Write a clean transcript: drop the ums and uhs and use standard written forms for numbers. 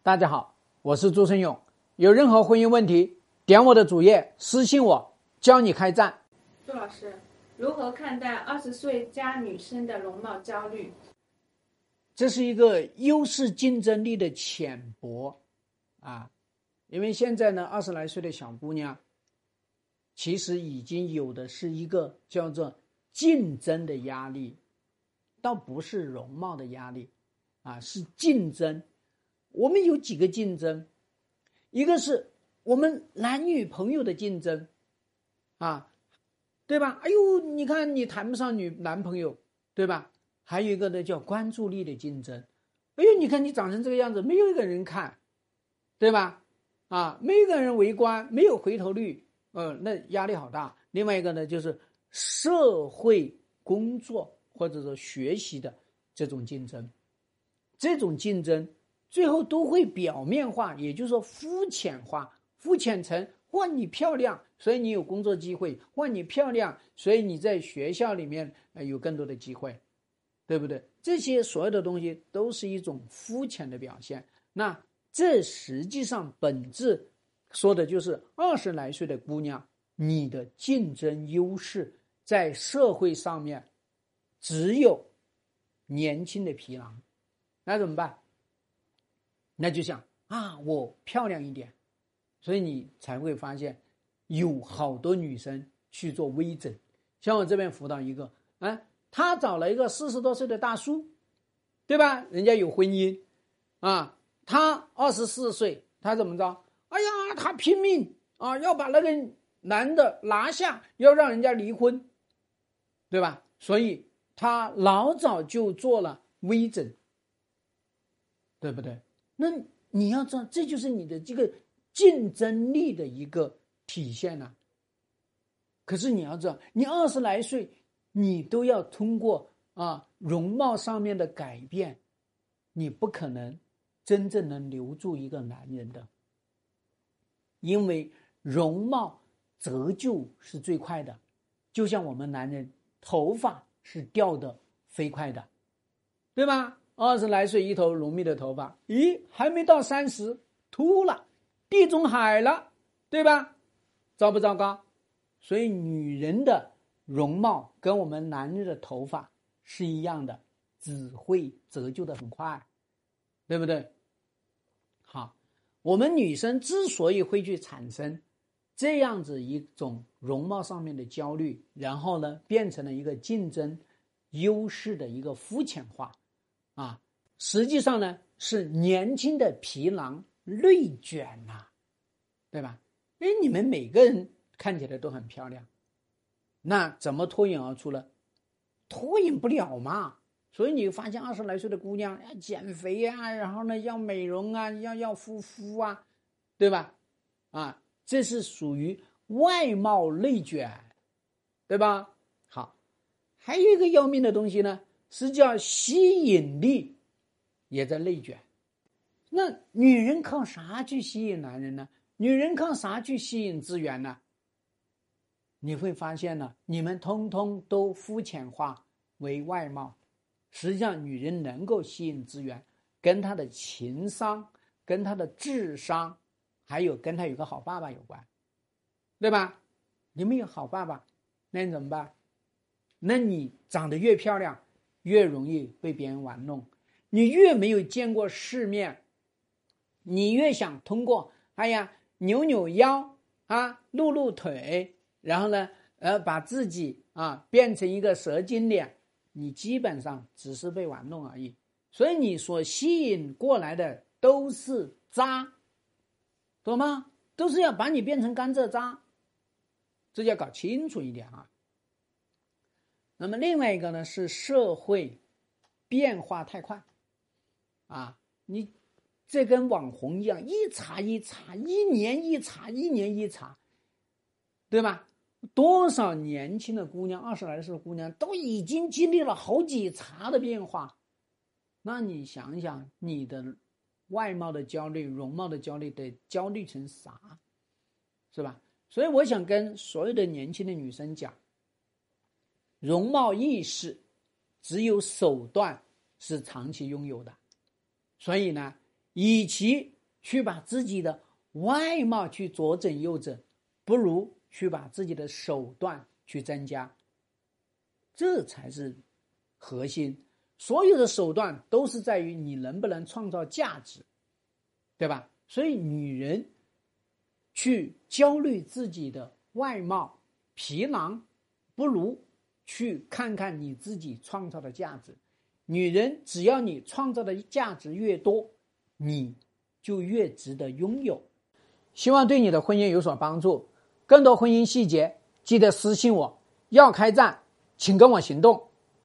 大家好，我是朱生勇。有任何婚姻问题，点我的主页私信我，教你开战。 朱老师，如何看待20岁加女生的容貌焦虑？ 这是一个优势竞争力的浅薄啊！因为现在呢，20来岁的小姑娘，其实已经有的是一个叫做竞争的压力，倒不是容貌的压力啊，是竞争。我们有几个竞争，一个是我们男女朋友的竞争啊，对吧？哎呦，你看你谈不上男朋友，对吧？还有一个呢叫关注力的竞争，哎呦，你看你长成这个样子，没有一个人看，对吧？啊，没有一个人围观，没有回头率，那压力好大。另外一个呢就是社会工作或者说学习的这种竞争，这种竞争最后都会表面化，也就是说肤浅化，肤浅成哇你漂亮，所以你有工作机会，哇你漂亮，所以你在学校里面有更多的机会，对不对？这些所有的东西都是一种肤浅的表现。那这实际上本质说的就是20来岁的姑娘，你的竞争优势在社会上面只有年轻的皮囊，那怎么办？那就想啊，我漂亮一点，所以你才会发现有好多女生去做微整。像我这边辅导一个她找了一个40多岁的大叔，对吧？人家有婚姻啊，他24岁，他怎么着？哎呀，他拼命啊，要把那个男的拿下，要让人家离婚，对吧？所以他老早就做了微整，对不对？那你要知道，这就是你的这个竞争力的一个体现啊。可是你要知道，你20来岁，你都要通过容貌上面的改变，你不可能真正能留住一个男人的，因为容貌折旧是最快的，就像我们男人头发是掉的飞快的，对吧？20来岁一头浓密的头发，咦，还没到30，秃了，地中海了，对吧？糟不糟糕？所以女人的容貌跟我们男人的头发是一样的，只会折旧的很快，对不对？好，我们女生之所以会去产生这样子一种容貌上面的焦虑，然后呢变成了一个竞争优势的一个肤浅化实际上呢是年轻的皮囊内卷对吧？你们每个人看起来都很漂亮，那怎么脱颖而出呢？脱颖不了嘛。所以你发现20来岁的姑娘要减肥然后呢要美容要护肤对吧？这是属于外貌内卷，对吧？好，还有一个要命的东西呢，是叫吸引力也在内卷。那女人靠啥去吸引男人呢？女人靠啥去吸引资源呢？你会发现呢，你们通通都肤浅化为外貌，实际上女人能够吸引资源，跟她的情商，跟她的智商，还有跟她有个好爸爸有关，对吧？你们有好爸爸，那你怎么办？那你长得越漂亮，越容易被别人玩弄，你越没有见过世面，你越想通过扭扭腰露露腿，然后呢把自己变成一个蛇精脸，你基本上只是被玩弄而已。所以你所吸引过来的都是渣，懂吗？都是要把你变成甘蔗渣，这要搞清楚一点那么另外一个呢是社会变化太快你这跟网红一样，一茬一茬，一年一茬，一年一茬，对吧？多少年轻的姑娘，20来岁的姑娘都已经经历了好几茬的变化，那你想想，你的外貌的焦虑、容貌的焦虑得焦虑成啥，是吧？所以我想跟所有的年轻的女生讲，容貌意识只有手段是长期拥有的，所以呢，与其去把自己的外貌去左整右整，不如去把自己的手段去增加，这才是核心。所有的手段都是在于你能不能创造价值，对吧？所以女人去焦虑自己的外貌皮囊，不如去看看你自己创造的价值。女人只要你创造的价值越多，你就越值得拥有。希望对你的婚姻有所帮助。更多婚姻细节记得私信我。要开战请跟我行动。